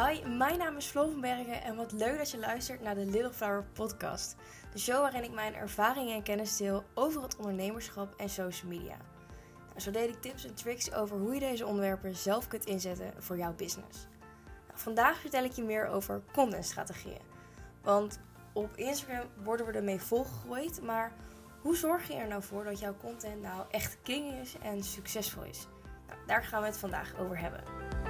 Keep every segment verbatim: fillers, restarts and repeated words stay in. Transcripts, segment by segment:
Hoi, mijn naam is Flo van Bergen en wat leuk dat je luistert naar de Little Flower podcast. De show waarin ik mijn ervaringen en kennis deel over het ondernemerschap en social media. Nou, zo deel ik tips en tricks over hoe je deze onderwerpen zelf kunt inzetten voor jouw business. Nou, vandaag vertel ik je meer over contentstrategieën. Want op Instagram worden we ermee volgegooid, maar hoe zorg je er nou voor dat jouw content nou echt king is en succesvol is? Nou, daar gaan we het vandaag over hebben.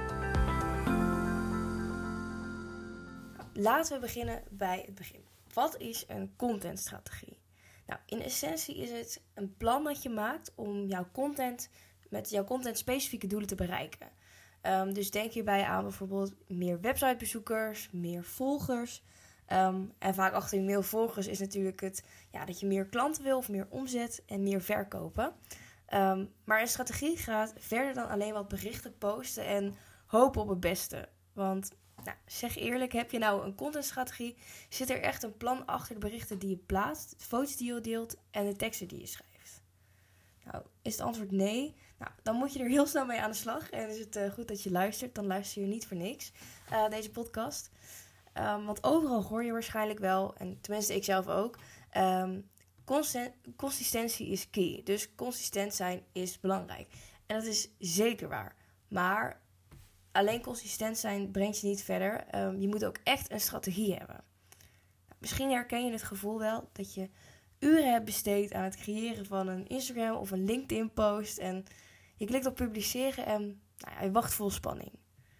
Laten we beginnen bij het begin. Wat is een contentstrategie? Nou, in essentie is het een plan dat je maakt om jouw content met jouw content specifieke doelen te bereiken. Um, dus denk hierbij aan bijvoorbeeld meer websitebezoekers, meer volgers. Um, en vaak achter meer volgers is natuurlijk het ja, dat je meer klanten wil of meer omzet en meer verkopen. Um, maar een strategie gaat verder dan alleen wat berichten posten en hopen op het beste. Want nou, zeg eerlijk, heb je nou een contentstrategie? Zit er echt een plan achter de berichten die je plaatst, de foto's die je deelt en de teksten die je schrijft? Nou, is het antwoord nee? Nou, dan moet je er heel snel mee aan de slag. En is het uh, goed dat je luistert, dan luister je niet voor niks, uh, deze podcast. Um, want overal hoor je waarschijnlijk wel, en tenminste ik zelf ook, um, consisten- consistentie is key. Dus consistent zijn is belangrijk. En dat is zeker waar. Maar alleen consistent zijn brengt je niet verder. Um, je moet ook echt een strategie hebben. Nou, misschien herken je het gevoel wel dat je uren hebt besteed aan het creëren van een Instagram of een LinkedIn post. En je klikt op publiceren en nou ja, je wacht vol spanning.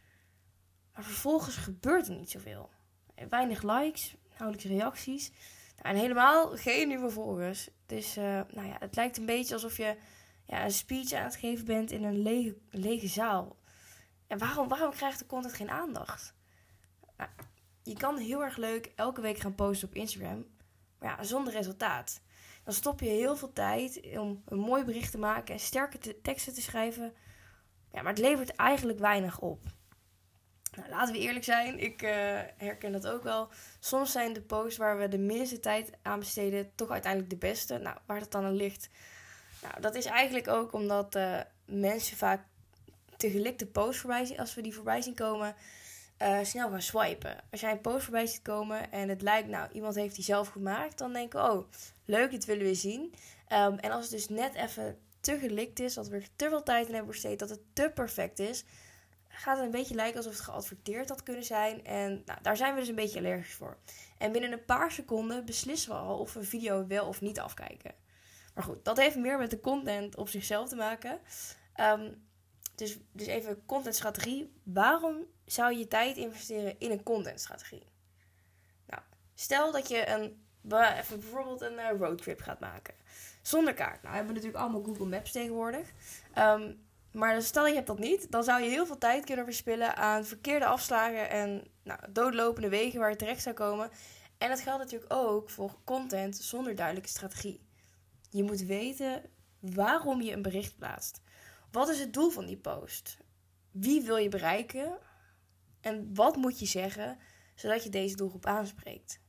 Maar vervolgens gebeurt er niet zoveel. Weinig likes, nauwelijks reacties. Nou, en helemaal geen nieuwe volgers. Dus uh, nou ja, het lijkt een beetje alsof je ja, een speech aan het geven bent in een lege, lege zaal. En waarom, waarom krijgt de content geen aandacht? Nou, je kan heel erg leuk elke week gaan posten op Instagram, maar ja, zonder resultaat. Dan stop je heel veel tijd om een mooi bericht te maken en sterke te- teksten te schrijven. Ja, maar het levert eigenlijk weinig op. Nou, laten we eerlijk zijn, ik uh, herken dat ook wel. Soms zijn de posts waar we de minste tijd aan besteden toch uiteindelijk de beste. Nou, waar dat dan aan ligt? Nou, dat is eigenlijk ook omdat uh, mensen vaak te gelikte posts voorbij zien, als we die voorbij zien komen, uh, snel gaan swipen. Als jij een post voorbij ziet komen en het lijkt, nou, iemand heeft die zelf gemaakt, dan denken we, oh, leuk, dit willen we zien. Um, en als het dus net even te gelikt is, dat we er te veel tijd in hebben besteed, dat het te perfect is, gaat het een beetje lijken alsof het geadverteerd had kunnen zijn. En nou, daar zijn we dus een beetje allergisch voor. En binnen een paar seconden beslissen we al of we een video wel of niet afkijken. Maar goed, dat heeft meer met de content op zichzelf te maken. Um, Dus, dus even contentstrategie. Waarom zou je tijd investeren in een contentstrategie? Nou, stel dat je een, even bijvoorbeeld een uh, roadtrip gaat maken. Zonder kaart. Nou, hebben we natuurlijk allemaal Google Maps tegenwoordig. Um, maar stel je hebt dat niet. Dan zou je heel veel tijd kunnen verspillen aan verkeerde afslagen en nou, doodlopende wegen waar je terecht zou komen. En dat geldt natuurlijk ook voor content zonder duidelijke strategie. Je moet weten waarom je een bericht plaatst. Wat is het doel van die post? Wie wil je bereiken? En wat moet je zeggen, zodat je deze doelgroep aanspreekt?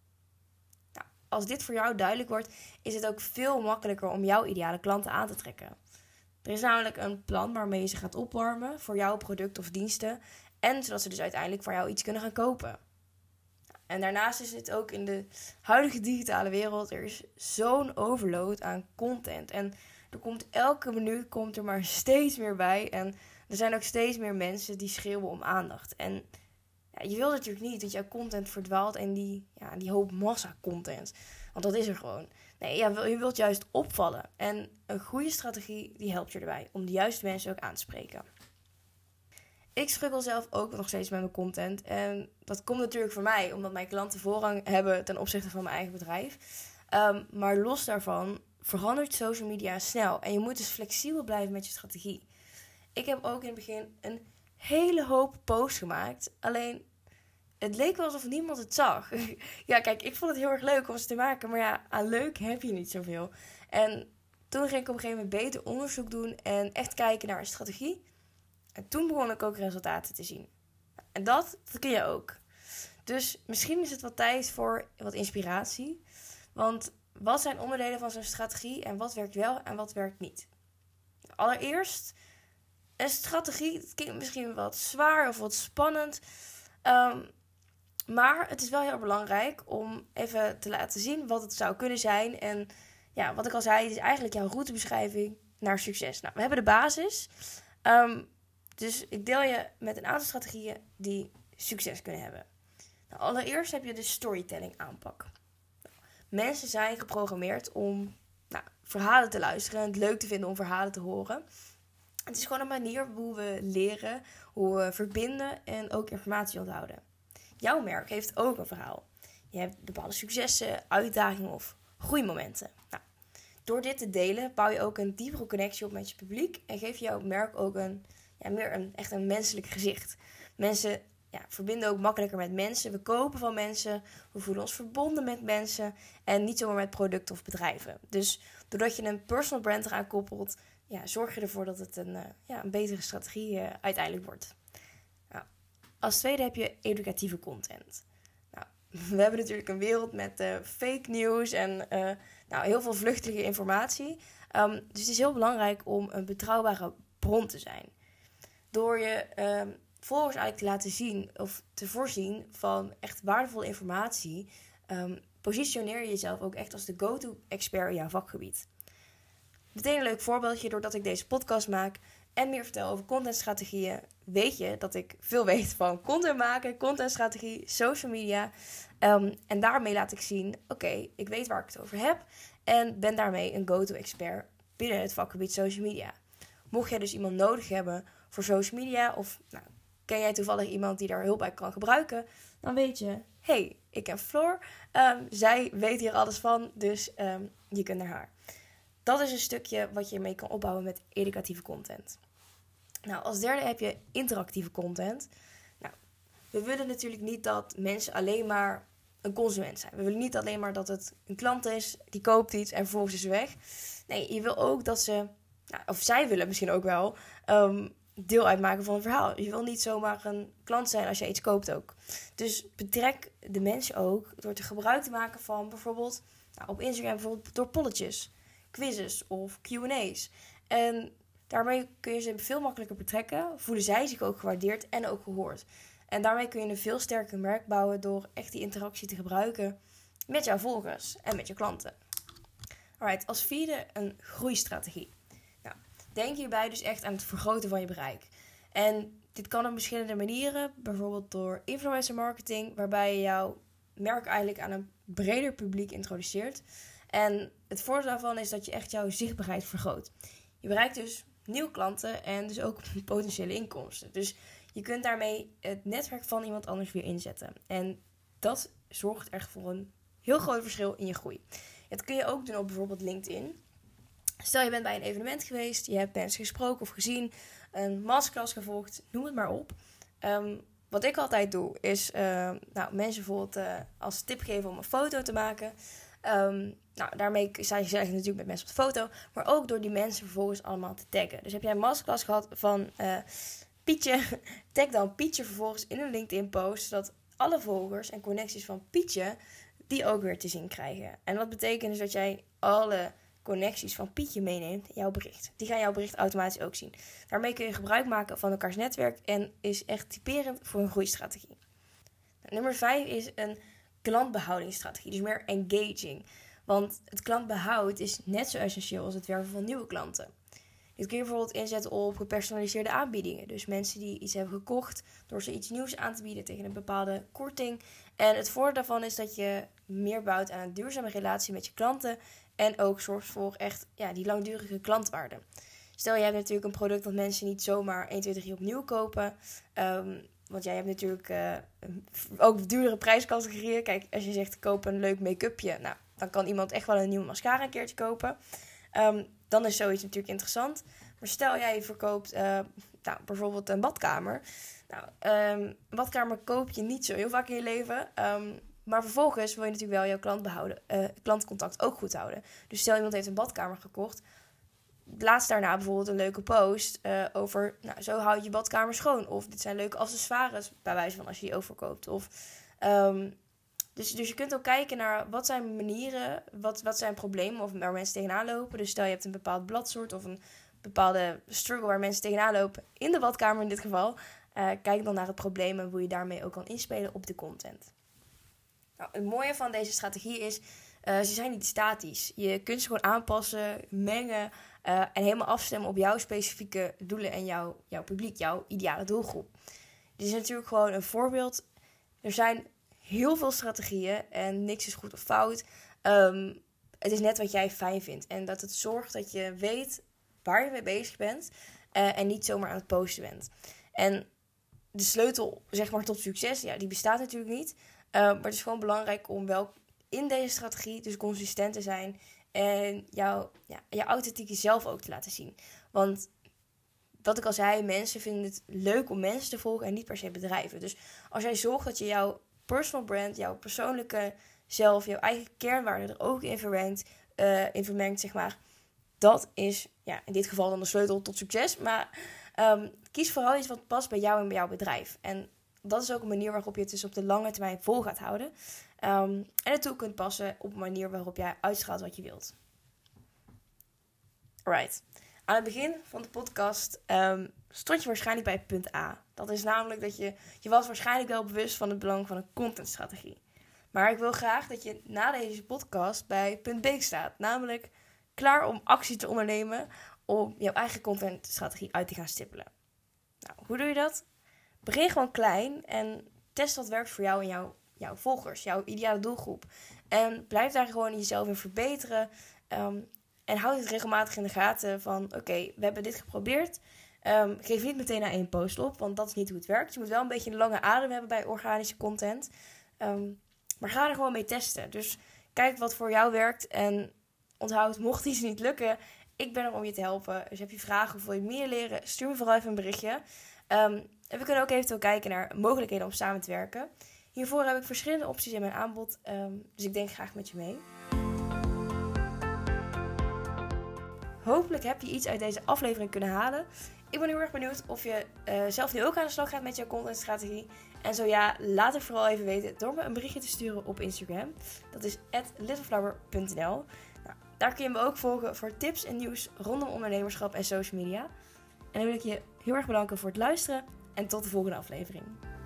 Nou, als dit voor jou duidelijk wordt, is het ook veel makkelijker om jouw ideale klanten aan te trekken. Er is namelijk een plan waarmee je ze gaat opwarmen voor jouw product of diensten. En zodat ze dus uiteindelijk voor jou iets kunnen gaan kopen. En daarnaast is het ook in de huidige digitale wereld, er is zo'n overload aan content. En er komt elke minuut komt er maar steeds meer bij. En er zijn ook steeds meer mensen die schreeuwen om aandacht. En ja, je wilt natuurlijk niet dat jouw content verdwaalt in die, ja, die hoop massa-content. Want dat is er gewoon. Nee, ja, je wilt juist opvallen. En een goede strategie die helpt je erbij om de juiste mensen ook aan te spreken. Ik struggle zelf ook nog steeds met mijn content. En dat komt natuurlijk voor mij omdat mijn klanten voorrang hebben ten opzichte van mijn eigen bedrijf. Um, maar los daarvan verandert social media snel. En je moet dus flexibel blijven met je strategie. Ik heb ook in het begin een hele hoop posts gemaakt. Alleen, het leek wel alsof niemand het zag. Ja, kijk, ik vond het heel erg leuk om ze te maken. Maar ja, aan leuk heb je niet zoveel. En toen ging ik op een gegeven moment beter onderzoek doen. En echt kijken naar een strategie. En toen begon ik ook resultaten te zien. En dat, dat kun je ook. Dus misschien is het wat tijd voor wat inspiratie. Want wat zijn onderdelen van zo'n strategie en wat werkt wel en wat werkt niet? Allereerst, een strategie, het klinkt misschien wat zwaar of wat spannend. Um, maar het is wel heel belangrijk om even te laten zien wat het zou kunnen zijn. En ja, wat ik al zei, het is eigenlijk jouw routebeschrijving naar succes. Nou, we hebben de basis. Um, dus ik deel je met een aantal strategieën die succes kunnen hebben. Nou, allereerst heb je de storytelling aanpak. Nou, mensen zijn geprogrammeerd om nou, verhalen te luisteren en het leuk te vinden om verhalen te horen. Het is gewoon een manier hoe we leren, hoe we verbinden en ook informatie onthouden. Jouw merk heeft ook een verhaal. Je hebt bepaalde successen, uitdagingen of groeimomenten. Nou, door dit te delen bouw je ook een diepere connectie op met je publiek en geef je jouw merk ook een, ja, meer een, echt een menselijk gezicht. Mensen ja, verbinden ook makkelijker met mensen. We kopen van mensen, we voelen ons verbonden met mensen en niet zomaar met producten of bedrijven. Dus doordat je een personal brand eraan koppelt, ja, zorg je ervoor dat het een, uh, ja, een betere strategie uh, uiteindelijk wordt. Nou, als tweede heb je educatieve content. Nou, we hebben natuurlijk een wereld met uh, fake news en uh, nou, heel veel vluchtige informatie. Um, dus het is heel belangrijk om een betrouwbare bron te zijn. Door je um, volgers eigenlijk te laten zien of te voorzien van echt waardevolle informatie, um, positioneer je jezelf ook echt als de go-to-expert in jouw vakgebied. Meteen een leuk voorbeeldje, doordat ik deze podcast maak en meer vertel over contentstrategieën, weet je dat ik veel weet van content maken, contentstrategie, social media. Um, en daarmee laat ik zien, oké, okay, ik weet waar ik het over heb en ben daarmee een go-to-expert binnen het vakgebied social media. Mocht jij dus iemand nodig hebben voor social media of nou, ken jij toevallig iemand die daar hulp bij kan gebruiken, dan weet je, hé, hey, ik ken Floor, um, zij weet hier alles van, dus um, je kunt naar haar. Dat is een stukje wat je mee kan opbouwen met educatieve content. Nou, als derde heb je interactieve content. Nou, we willen natuurlijk niet dat mensen alleen maar een consument zijn. We willen niet alleen maar dat het een klant is, die koopt iets en vervolgens is weg. Nee, je wil ook dat ze, nou, of zij willen misschien ook wel, um, deel uitmaken van een verhaal. Je wil niet zomaar een klant zijn als je iets koopt ook. Dus betrek de mensen ook door te gebruik te maken van bijvoorbeeld, nou, op Instagram bijvoorbeeld door polletjes, quizzes of Q en A's. En daarmee kun je ze veel makkelijker betrekken, voelen zij zich ook gewaardeerd en ook gehoord. En daarmee kun je een veel sterker merk bouwen door echt die interactie te gebruiken met jouw volgers en met je klanten. Alright, als vierde een groeistrategie. Nou, denk hierbij dus echt aan het vergroten van je bereik. En dit kan op verschillende manieren, bijvoorbeeld door influencer marketing, waarbij je jouw merk eigenlijk aan een breder publiek introduceert. En het voordeel daarvan is dat je echt jouw zichtbaarheid vergroot. Je bereikt dus nieuwe klanten en dus ook potentiële inkomsten. Dus je kunt daarmee het netwerk van iemand anders weer inzetten. En dat zorgt echt voor een heel groot verschil in je groei. Dat kun je ook doen op bijvoorbeeld LinkedIn. Stel je bent bij een evenement geweest, je hebt mensen gesproken of gezien, een masterclass gevolgd, noem het maar op. Um, wat ik altijd doe is uh, nou, mensen bijvoorbeeld uh, als tip geven om een foto te maken. Um, nou, daarmee sta je natuurlijk met mensen op de foto, maar ook door die mensen vervolgens allemaal te taggen. Dus heb jij een masterclass gehad van uh, Pietje, tag dan Pietje vervolgens in een LinkedIn post, zodat alle volgers en connecties van Pietje die ook weer te zien krijgen. En wat betekent dus dat jij alle connecties van Pietje meeneemt in jouw bericht. Die gaan jouw bericht automatisch ook zien. Daarmee kun je gebruik maken van elkaars netwerk en is echt typerend voor een groeistrategie. Nou, nummer vijf is een klantbehoudingsstrategie, dus meer engaging. Want het klantbehoud is net zo essentieel als het werven van nieuwe klanten. Dit kun je bijvoorbeeld inzetten op gepersonaliseerde aanbiedingen. Dus mensen die iets hebben gekocht door ze iets nieuws aan te bieden tegen een bepaalde korting. En het voordeel daarvan is dat je meer bouwt aan een duurzame relatie met je klanten. En ook zorgt voor echt ja, die langdurige klantwaarde. Stel, je hebt natuurlijk een product dat mensen niet zomaar één, twee, drie opnieuw kopen. Um, want jij hebt natuurlijk uh, ook duurdere prijscategorieën. Kijk, als je zegt koop een leuk make-upje. Nou, dan kan iemand echt wel een nieuwe mascara een keertje kopen. Um, dan is zoiets natuurlijk interessant. Maar stel jij verkoopt uh, nou, bijvoorbeeld een badkamer. Nou, um, een badkamer koop je niet zo heel vaak in je leven. Um, maar vervolgens wil je natuurlijk wel jouw klant behouden, uh, klantcontact ook goed houden. Dus stel iemand heeft een badkamer gekocht. Laatst daarna bijvoorbeeld een leuke post uh, over, nou, zo houd je badkamer schoon. Of dit zijn leuke accessoires, bij wijze van als je die ook verkoopt. Of, um, dus, dus je kunt ook kijken naar wat zijn manieren, wat, wat zijn problemen of waar mensen tegenaan lopen. Dus stel je hebt een bepaald bladsoort of een bepaalde struggle waar mensen tegenaan lopen in de badkamer in dit geval. Uh, kijk dan naar het probleem en hoe je daarmee ook kan inspelen op de content. Nou, het mooie van deze strategie is, uh, ze zijn niet statisch. Je kunt ze gewoon aanpassen, mengen uh, en helemaal afstemmen op jouw specifieke doelen en jouw, jouw publiek, jouw ideale doelgroep. Dit is natuurlijk gewoon een voorbeeld. Er zijn heel veel strategieën en niks is goed of fout. Um, het is net wat jij fijn vindt. En dat het zorgt dat je weet waar je mee bezig bent uh, en niet zomaar aan het posten bent. En de sleutel, zeg maar, tot succes, ja, die bestaat natuurlijk niet. Uh, maar het is gewoon belangrijk om wel in deze strategie dus consistent te zijn en jouw, ja, jouw authentieke zelf ook te laten zien. Want wat ik al zei, mensen vinden het leuk om mensen te volgen en niet per se bedrijven. Dus als jij zorgt dat je jouw personal brand, jouw persoonlijke zelf, jouw eigen kernwaarden er ook in vermengt, uh, in vermengt, zeg maar, dat is ja, in dit geval dan de sleutel tot succes. Maar um, kies vooral iets wat past bij jou en bij jouw bedrijf. En dat is ook een manier waarop je het dus op de lange termijn vol gaat houden. Um, en het toe kunt passen op een manier waarop jij uitstraalt wat je wilt. Alright. Aan het begin van de podcast um, stond je waarschijnlijk bij punt A. Dat is namelijk dat je, je was waarschijnlijk wel bewust van het belang van een contentstrategie. Maar ik wil graag dat je na deze podcast bij punt B staat. Namelijk klaar om actie te ondernemen om jouw eigen contentstrategie uit te gaan stippelen. Nou, hoe doe je dat? Begin gewoon klein en test wat werkt voor jou en jouw, jouw volgers, jouw ideale doelgroep. En blijf daar gewoon jezelf in verbeteren. Um, en houd het regelmatig in de gaten van, oké, okay, we hebben dit geprobeerd. Um, geef niet meteen na één post op, want dat is niet hoe het werkt. Je moet wel een beetje een lange adem hebben bij organische content. Um, maar ga er gewoon mee testen. Dus kijk wat voor jou werkt en onthoud, mocht iets niet lukken, ik ben er om je te helpen. Dus heb je vragen of wil je meer leren, stuur me vooral even een berichtje. Um, en we kunnen ook eventueel kijken naar mogelijkheden om samen te werken. Hiervoor heb ik verschillende opties in mijn aanbod, um, dus ik denk graag met je mee. Hopelijk heb je iets uit deze aflevering kunnen halen. Ik ben heel erg benieuwd of je uh, zelf nu ook aan de slag gaat met jouw contentstrategie. En zo ja, laat het vooral even weten door me een berichtje te sturen op Instagram. Dat is at littleflower punt n l. Nou, daar kun je me ook volgen voor tips en nieuws rondom ondernemerschap en social media. En dan wil ik je heel erg bedanken voor het luisteren en tot de volgende aflevering.